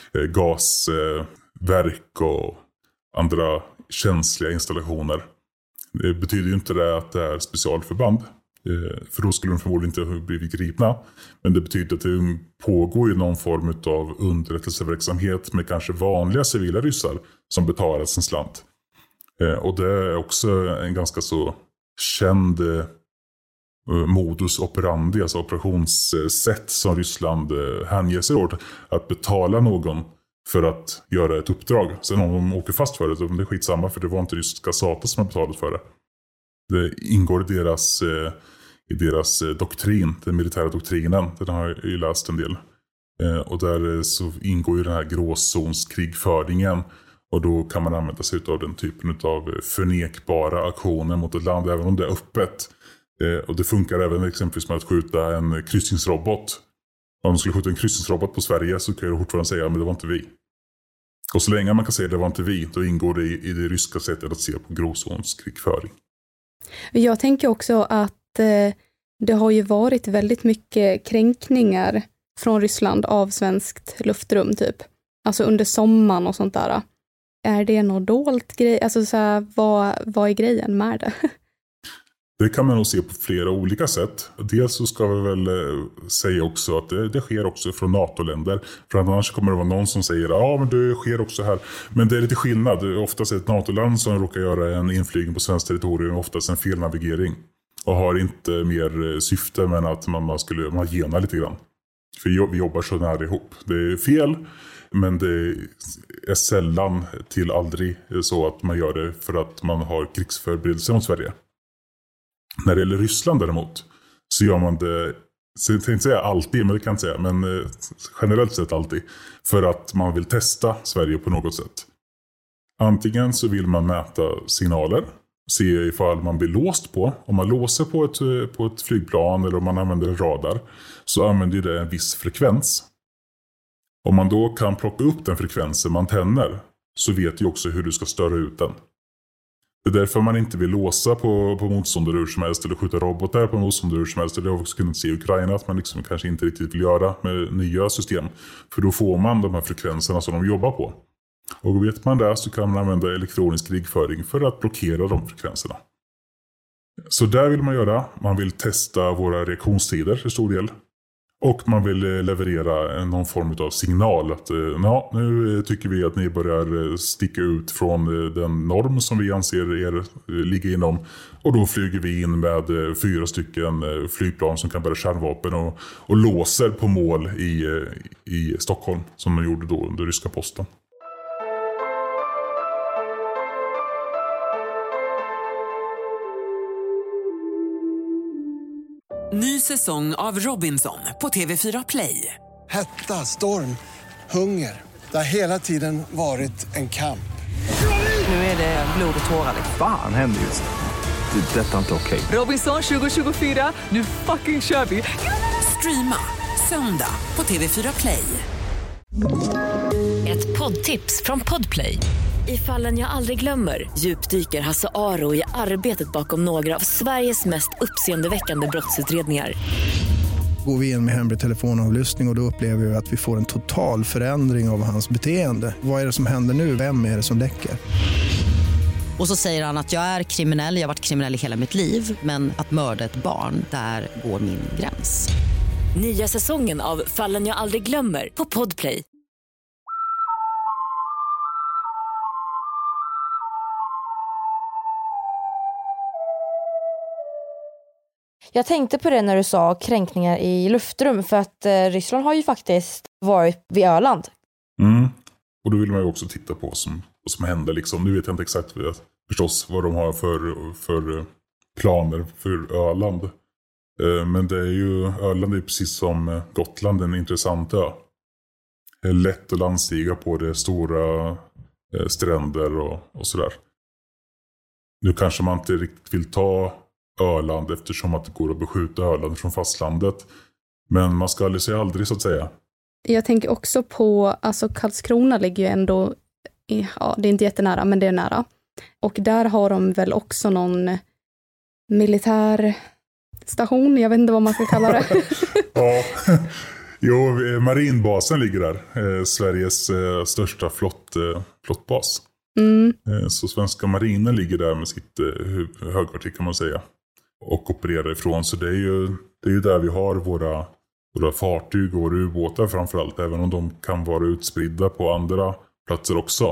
gasverk eh, och andra känsliga installationer. Det betyder ju inte det att det är specialförband. För då skulle de förmodligen inte ha blivit gripna. Men det betyder att det pågår ju någon form av underrättelseverksamhet med kanske vanliga civila ryssar som betalas en slant. Och det är också en ganska så känd modus operandi, alltså operationssätt som Ryssland hänger sig åt. Att betala någon för att göra ett uppdrag. Sen om de åker fast för det, så det är skitsamma, för det var inte ryska stater som har betalat för det. Det ingår i deras, eh, i deras eh, doktrin, den militära doktrinen. Den har jag ju läst en del. Eh, och där eh, så ingår ju den här gråzonskrigföringen. Och då kan man använda sig av den typen av förnekbara aktioner mot ett land, även om det är öppet. Eh, och det funkar även exempelvis med att skjuta en kryssningsrobot. Om de skulle skjuta en kryssningsrobot på Sverige så kan jag fortfarande säga att det var inte vi. Och så länge man kan säga att det var inte vi, då ingår det i, i det ryska sättet att se på gråzonskrigföring.
Jag tänker också att eh, det har ju varit väldigt mycket kränkningar från Ryssland av svenskt luftrum typ. Alltså under sommaren och sånt där. Är det något dolt grej? Alltså så här, vad, vad är grejen med det?
Det kan man nog se på flera olika sätt. Dels så ska vi väl säga också att det, det sker också från NATO-länder. För annars kommer det vara någon som säger ja, men det sker också här. Men det är lite skillnad. Det är oftast ett NATO-land som råkar göra en inflygning på svenskt territorium, oftast en felnavigering. Och har inte mer syfte än att man, man skulle man genar lite grann. För vi jobbar så nära ihop. Det är fel, men det är sällan till aldrig så att man gör det för att man har krigsförberedelser mot Sverige. När det gäller Ryssland däremot så gör man det Så jag tänkte säga alltid, men det kan jag inte säga. Men eh, generellt sett alltid. För att man vill testa Sverige på något sätt. Antingen så vill man mäta signaler. Se ifall man blir låst på. Om man låser på ett, på ett flygplan eller om man använder radar. Så använder det en viss frekvens. Om man då kan plocka upp den frekvensen man tänder. Så vet ju också hur du ska störa ut den. Det är därför man inte vill låsa på, på motståndare hur som helst. Eller skjuta robotar på motståndare hur som helst. Det har vi också kunnat se i Ukraina. Att man liksom kanske inte riktigt vill göra med nya system. För då får man de här frekvenserna som de jobbar på. Och vet man det så kan man använda elektronisk krigföring för att blockera de frekvenserna. Så där vill man göra. Man vill testa våra reaktionstider till stor del. Och man vill leverera någon form av signal. Att ja, nu tycker vi att ni börjar sticka ut från den norm som vi anser er ligga inom. Och då flyger vi in med fyra stycken flygplan som kan bära kärnvapen. Och, och låser på mål i, i Stockholm som man gjorde då under ryska posten.
Ny säsong av Robinson på T V fyra Play.
Hetta, storm, hunger. Det har hela tiden varit en kamp.
Nu är det blod och tårar.
Fan händer just det. Det är detta inte okej.
Robinson tjugo tjugofyra, nu fucking kör vi. Streama söndag på T V fyra Play.
Ett poddtips från Podplay. I Fallen jag aldrig glömmer djupdyker Hasse Aro i arbetet bakom några av Sveriges mest uppseendeväckande brottsutredningar.
Går vi in med hemlig telefonavlyssning och, och då upplever vi att vi får en total förändring av hans beteende. Vad är det som händer nu? Vem är det som läcker?
Och så säger han att jag är kriminell, jag har varit kriminell i hela mitt liv. Men att mörda ett barn, där går min gräns.
Nya säsongen av Fallen jag aldrig glömmer på Podplay.
Jag tänkte på det när du sa kränkningar i luftrum, för att eh, Ryssland har ju faktiskt varit vid Öland.
Mm. Och då vill man ju också titta på vad som, vad som händer. Liksom. Nu vet jag inte exakt förstås vad de har för, för planer för Öland. Eh, men det är ju, Öland är precis som Gotland en intressant ö. Det är lätt att landstiga på det, stora eh, stränder och, och sådär. Nu kanske man inte riktigt vill ta Öland eftersom att det går att beskjuta Öland från fastlandet. Men man ska aldrig säga aldrig så att säga.
Jag tänker också på, alltså Karlskrona ligger ju ändå, ja det är inte jättenära men det är nära. Och där har de väl också någon militär station, jag vet inte vad man ska kalla det.
Ja, jo, marinbasen ligger där. Eh, Sveriges eh, största flott, eh, flottbas. Mm. Eh, så svenska marinen ligger där med sitt eh, högkvarter kan man säga. Och opererar ifrån. Så det är ju, det är ju där vi har våra, våra fartyg och våra ubåtar framförallt. Även om de kan vara utspridda på andra platser också.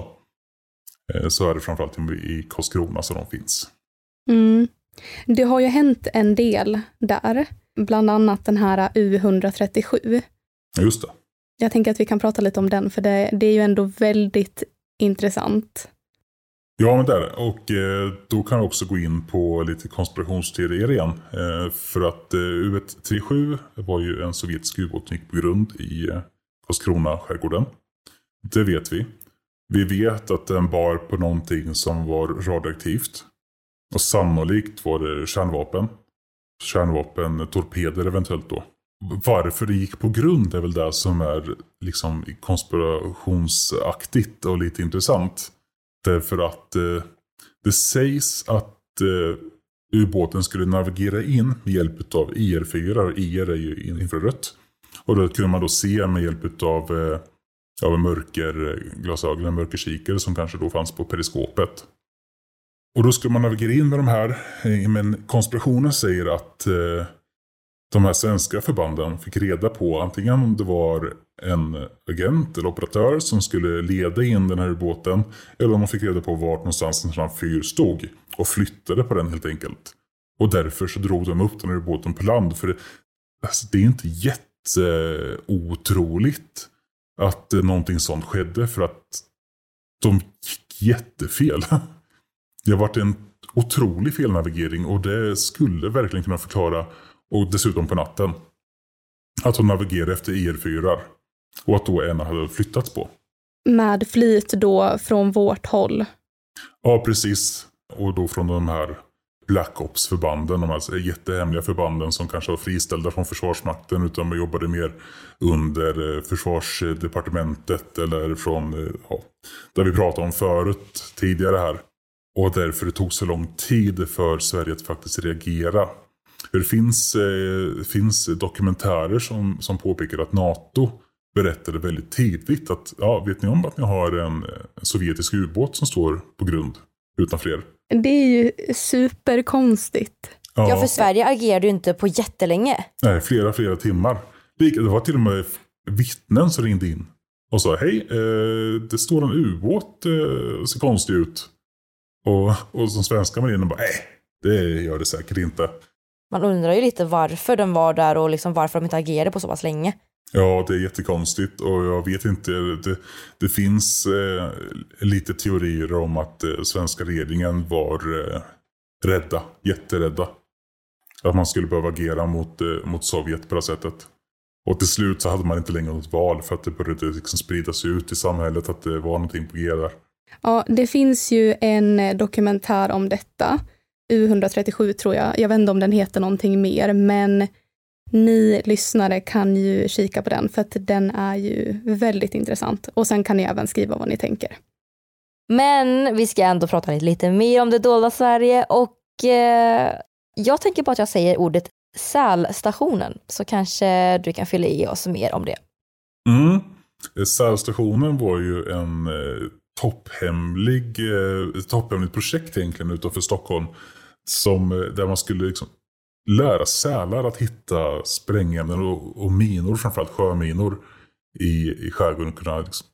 Eh, så är det framförallt i Karlskrona som de finns.
Mm. Det har ju hänt en del där. Bland annat den här U ett tre sju.
Just det.
Jag tänker att vi kan prata lite om den. För det, det är ju ändå väldigt intressant.
Ja, men där. Och eh, då kan vi också gå in på lite konspirationsteorier igen. Eh, för att eh, U ett tre sju var ju en sovjetisk ubåt som gick på grund i eh, Karlskrona skärgården. Det vet vi. Vi vet att den bar på någonting som var radioaktivt. Och sannolikt var det kärnvapen. Kärnvapen, torpeder eventuellt då. Varför det gick på grund är väl det som är liksom konspirationsaktigt och lite intressant. Därför att eh, det sägs att eh, ubåten skulle navigera in med hjälp av I R fyra. Och I R är ju infrarött. Och då kunde man då se med hjälp av, eh, av mörkerglasögon, mörkerkikare som kanske då fanns på periskopet. Och då skulle man navigera in med de här. Men konspirationen säger att eh, de här svenska förbanden fick reda på antingen om det var en agent eller operatör som skulle leda in den här ubåten. Eller om man fick reda på vart någonstans en sån fyr stod. Och flyttade på den helt enkelt. Och därför så drog de upp den här ubåten på land. För det, alltså, det är inte jätteotroligt att eh, någonting sånt skedde. För att de gick jättefel. Det har varit en otrolig felnavigering och det skulle verkligen kunna förklara, och dessutom på natten. att hon navigerade efter I R fyra och att då en hade flyttats på.
Med flit då från vårt håll?
Ja, precis. Och då från de här Black Ops-förbanden, de här jättehemliga förbanden som kanske var friställda från Försvarsmakten utan de jobbade mer under Försvarsdepartementet eller från, ja, där vi pratade om förut tidigare här. Och därför det tog så lång tid för Sverige att faktiskt reagera. Det finns, eh, finns dokumentärer som, som påpekar att NATO berättade väldigt tidigt att, ja, vet ni om att ni har en, en sovjetisk ubåt som står på grund utanför er?
Det är ju superkonstigt.
Ja, ja för Sverige agerade ju inte på jättelänge.
Nej, flera, flera timmar. Det var till och med vittnen som ringde in och sa, hej, eh, det står en ubåt, eh, ser konstigt ut. Och, och som svenska marinen bara, nej, det gör det säkert inte.
Man undrar ju lite varför den var där och liksom varför de inte agerade på så pass länge.
Ja, det är jättekonstigt och jag vet inte, det, det finns eh, lite teorier om att eh, svenska regeringen var eh, rädda, jätterädda. Att man skulle behöva agera mot, eh, mot Sovjet på det sättet. Och till slut så hade man inte längre något val för att det började liksom spridas ut i samhället att det var någonting på G där.
Ja, det finns ju en dokumentär om detta. U ett trettiosju tror jag. Jag vet inte om den heter någonting mer, men ni lyssnare kan ju kika på den för att den är ju väldigt intressant. Och sen kan ni även skriva vad ni tänker.
Men vi ska ändå prata lite, lite mer om det dolda Sverige och eh, jag tänker på att jag säger ordet sälstationen så kanske du kan fylla i oss mer om det.
Mm. Sälstationen var ju en eh, topphemlig eh, topphemligt projekt egentligen utanför Stockholm som, där man skulle liksom lära sälar att hitta sprängämnen och, och minor, framförallt sjöminor i, i skärgården kunna liksom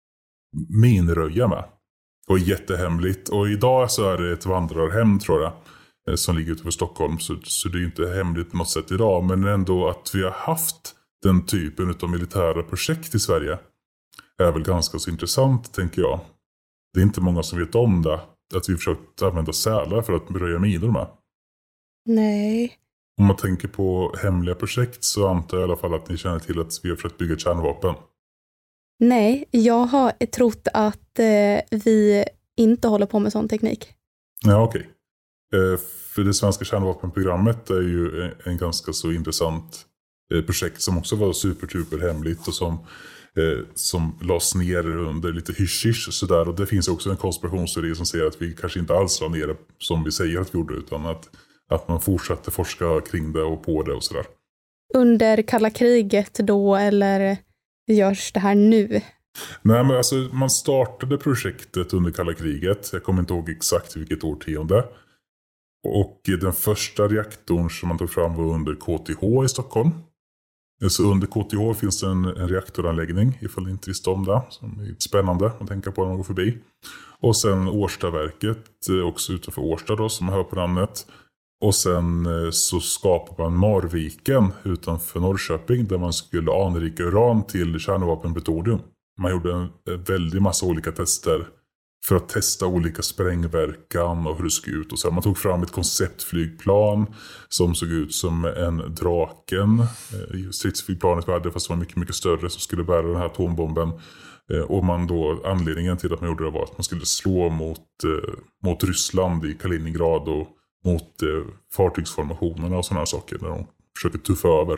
minröja med. Och jättehemligt. Och idag så är det ett vandrarhem tror jag som ligger utanför Stockholm så, så det är ju inte hemligt på något sätt idag men ändå att vi har haft den typen av militära projekt i Sverige är väl ganska så intressant tänker jag. Det är inte många som vet om det att vi försökt använda sälar för att röja minor med.
Nej.
Om man tänker på hemliga projekt så antar jag i alla fall att ni känner till att vi har försökt bygga kärnvapen.
Nej, jag har trott att eh, vi inte håller på med sån teknik.
Ja, okej. Okay. Eh, för det svenska kärnvapenprogrammet är ju en, en ganska så intressant eh, projekt som också var super-super hemligt och som, eh, som lades ner under lite hysch-hysch sådär. Och det finns också en konspirationsteori som säger att vi kanske inte alls la ner det som vi säger att vi gjorde utan att Att man fortsatte forska kring det och på det och sådär.
Under kalla kriget då eller görs det här nu?
Nej men alltså man startade projektet under kalla kriget. Jag kommer inte ihåg exakt vilket årtionde. Och den första reaktorn som man tog fram var under K T H i Stockholm. Så under K T H finns det en, en reaktoranläggning ifall ni inte visste om det. Som är spännande att tänka på när man går förbi. Och sen Årstaverket också utanför Årsta då som hör på namnet. Och sen så skapade man Marviken utanför Norrköping där man skulle anrika uran till kärnvapenplutonium. Man gjorde en väldig massa olika tester för att testa olika sprängverkan och hur det såg ut. Och sen man tog fram ett konceptflygplan som såg ut som en Draken. Stridsflygplanet vi hade fast det var mycket, mycket större som skulle bära den här atombomben. Och man då, anledningen till att man gjorde det var att man skulle slå mot, mot Ryssland i Kaliningrad och mot eh, fartygsformationerna och sådana här saker när de försöker tuffa över.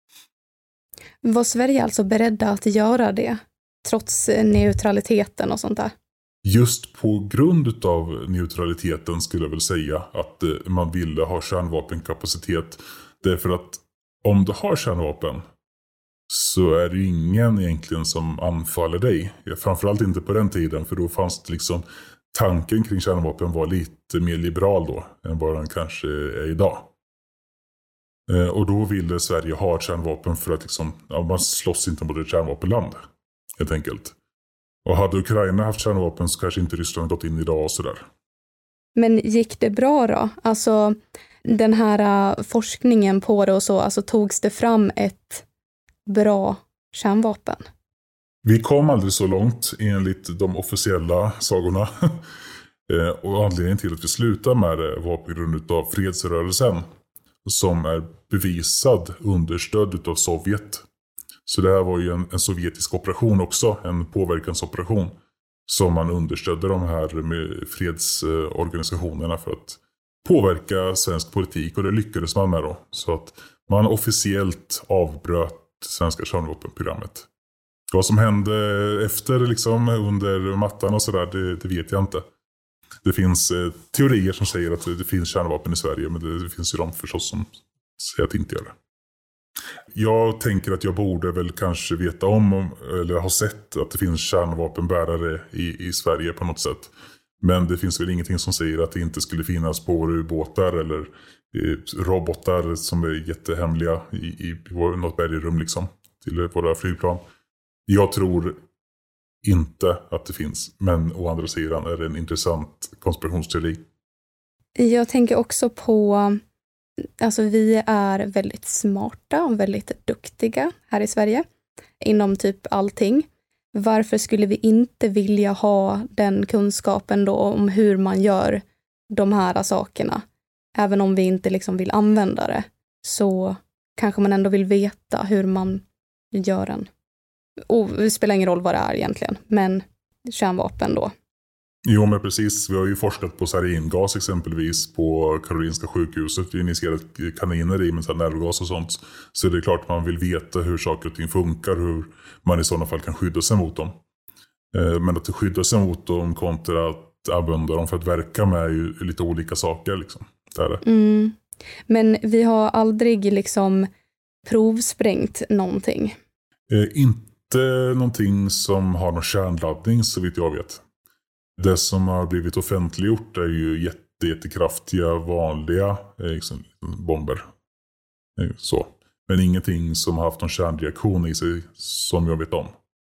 Var Sverige alltså beredda att göra det trots neutraliteten och sånt där?
Just på grund av neutraliteten skulle jag väl säga att eh, man ville ha kärnvapenkapacitet. Därför att om du har kärnvapen så är det ingen egentligen som anfaller dig. Framförallt inte på den tiden för då fanns det liksom tanken kring kärnvapen var lite mer liberal då än vad den kanske är idag. Eh, och då ville Sverige ha kärnvapen för att liksom, ja, man slåss inte mot ett kärnvapenland helt enkelt. Och hade Ukraina haft kärnvapen så kanske inte Ryssland gått in idag och sådär.
Men gick det bra då? Alltså den här uh, forskningen på det och så, alltså togs det fram ett bra kärnvapen?
Vi kom aldrig så långt enligt de officiella sagorna. Och anledningen till att vi slutade med det var på grund av fredsrörelsen som är bevisad understöd av Sovjet. Så det här var ju en, en sovjetisk operation också, en påverkansoperation som man understödde de här med fredsorganisationerna för att påverka svensk politik, och det lyckades man med då. Så att man officiellt avbröt svenska kärnvapenprogrammet. Vad som hände efter liksom under mattan och sådär, det, det vet jag inte. Det finns eh, teorier som säger att det finns kärnvapen i Sverige, men det, det finns ju de förstås som säger att det inte gör det. Jag tänker att jag borde väl kanske veta om, eller ha sett att det finns kärnvapenbärare i, i Sverige på något sätt. Men det finns väl ingenting som säger att det inte skulle finnas på ubåtar eller eh, robotar som är jättehemliga i, i något bergrum liksom, till våra flygplan. Jag tror inte att det finns, men å andra sidan är det en intressant konspirationsteori.
Jag tänker också på, alltså vi är väldigt smarta och väldigt duktiga här i Sverige inom typ allting. Varför skulle vi inte vilja ha den kunskapen då om hur man gör de här sakerna? Även om vi inte liksom vill använda det, så kanske man ändå vill veta hur man gör den. Och det spelar ingen roll vad det är egentligen, men kärnvapen då.
Jo, men precis. Vi har ju forskat på saringas exempelvis på Karolinska sjukhuset. Vi har initierat kaniner i med så nervgas och sånt. Så det är klart man vill veta hur saker och ting funkar, hur man i sådana fall kan skydda sig mot dem. Men att skydda sig mot dem kontra att använda dem för att verka med är ju lite olika saker liksom. Det är det.
Mm. Men vi har aldrig liksom provsprängt någonting.
Eh, inte någonting som har någon kärnladdning så vitt jag vet. Det som har blivit offentliggjort är ju jätte, jättekraftiga vanliga eh, liksom, bomber. Eh, så. Men ingenting som har haft någon kärnreaktion i sig som jag vet om.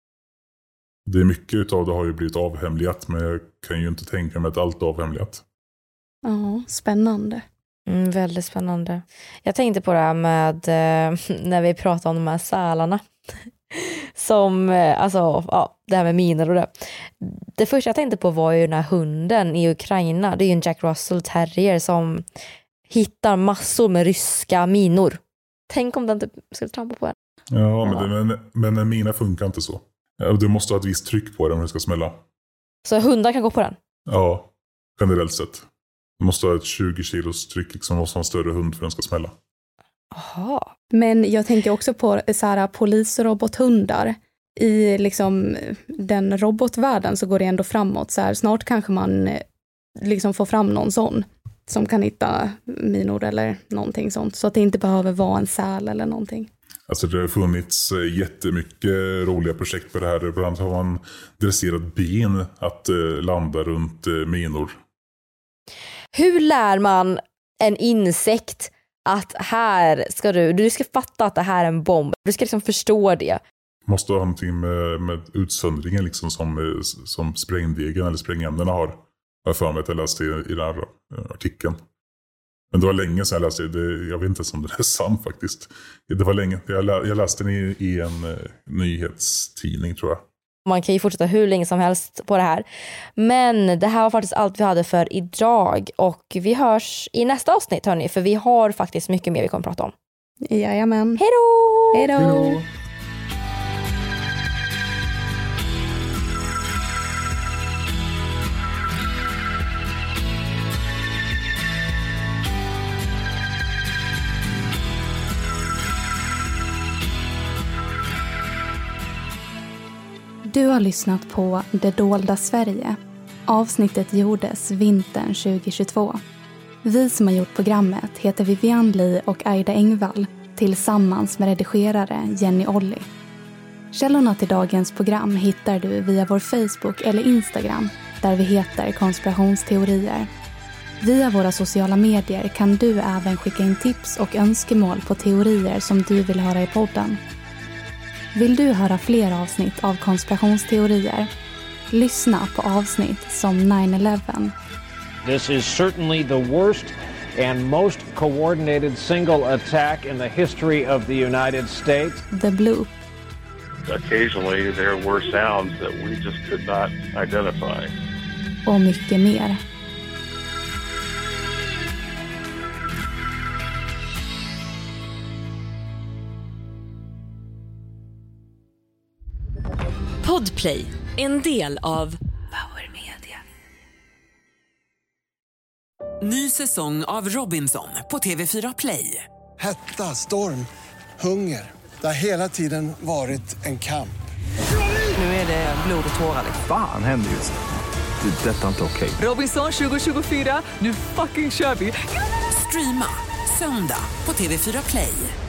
Det är mycket av det har ju blivit avhemligat, men jag kan ju inte tänka mig att allt är avhemligat.
Ja, spännande.
Mm, väldigt spännande. Jag tänkte på det här med eh, när vi pratade om de här sälarna. Som, eh, alltså, ja, det här med minor och det. Det första jag tänkte på var ju den här hunden i Ukraina. Det är ju en Jack Russell Terrier som hittar massor med ryska minor. Tänk om den typ skulle trampa på en.
Ja, men, ja. Det, men, men en mina funkar inte så. Du måste ha ett visst tryck på den om det ska smälla.
Så hundar kan gå på den?
Ja, generellt sett. Du måste ha ett tjugo kilos tryck, liksom, måste ha en större hund för att den ska smälla.
Aha. Men jag tänker också på så här, polisrobothundar. I liksom den robotvärlden så går det ändå framåt. Så här, snart kanske man liksom får fram någon sån som kan hitta minor eller någonting sånt. Så att det inte behöver vara en säl eller någonting.
Alltså det har funnits jättemycket roliga projekt på det här. Bland annat har man dresserat bin att landa runt minor.
Hur lär man en insekt att här ska du, du ska fatta att det här är en bomb. Du ska liksom förstå det.
Måste ha någonting med, med utsöndringen liksom som, som sprängdegen eller sprängämnena har. Jag för mig att jag läste i, i den här artikeln. Men det var länge sedan jag läste det. Jag vet inte om det är sant faktiskt. Det var länge. Jag, lä, jag läste den i, i en uh, nyhetstidning tror jag.
Man kan ju fortsätta hur länge som helst på det här. Men det här var faktiskt allt vi hade för idag. Och vi hörs i nästa avsnitt hörni. För vi har faktiskt mycket mer vi kommer att prata om.
Jajamän.
Hej då!
Hej då! Du har lyssnat på Det dolda Sverige. Avsnittet gjordes vintern tjugo tjugotvå. Vi som har gjort programmet heter Vivian Lee och Aida Engvall tillsammans med redigerare Jenny Olli. Källorna till dagens program hittar du via vår Facebook eller Instagram där vi heter Konspirationsteorier. Via våra sociala medier kan du även skicka in tips och önskemål på teorier som du vill höra i podden. Vill du höra fler avsnitt av konspirationsteorier? Lyssna på avsnitt som nine eleven.
This is certainly the worst and most coordinated single attack in the history of the United States.
The Bloop.
Occasionally there were sounds that we just could not identify.
Och mycket mer.
Podplay, en del av Power Media.
Ny säsong av Robinson på T V fyra Play.
Hetta, storm, hunger. Det har hela tiden varit en kamp.
Nu är det blod och tårar.
Fan händer just det. Det är detta inte okej.
Robinson tjugo tjugofyra, nu fucking kör vi. Streama söndag på T V fyra Play.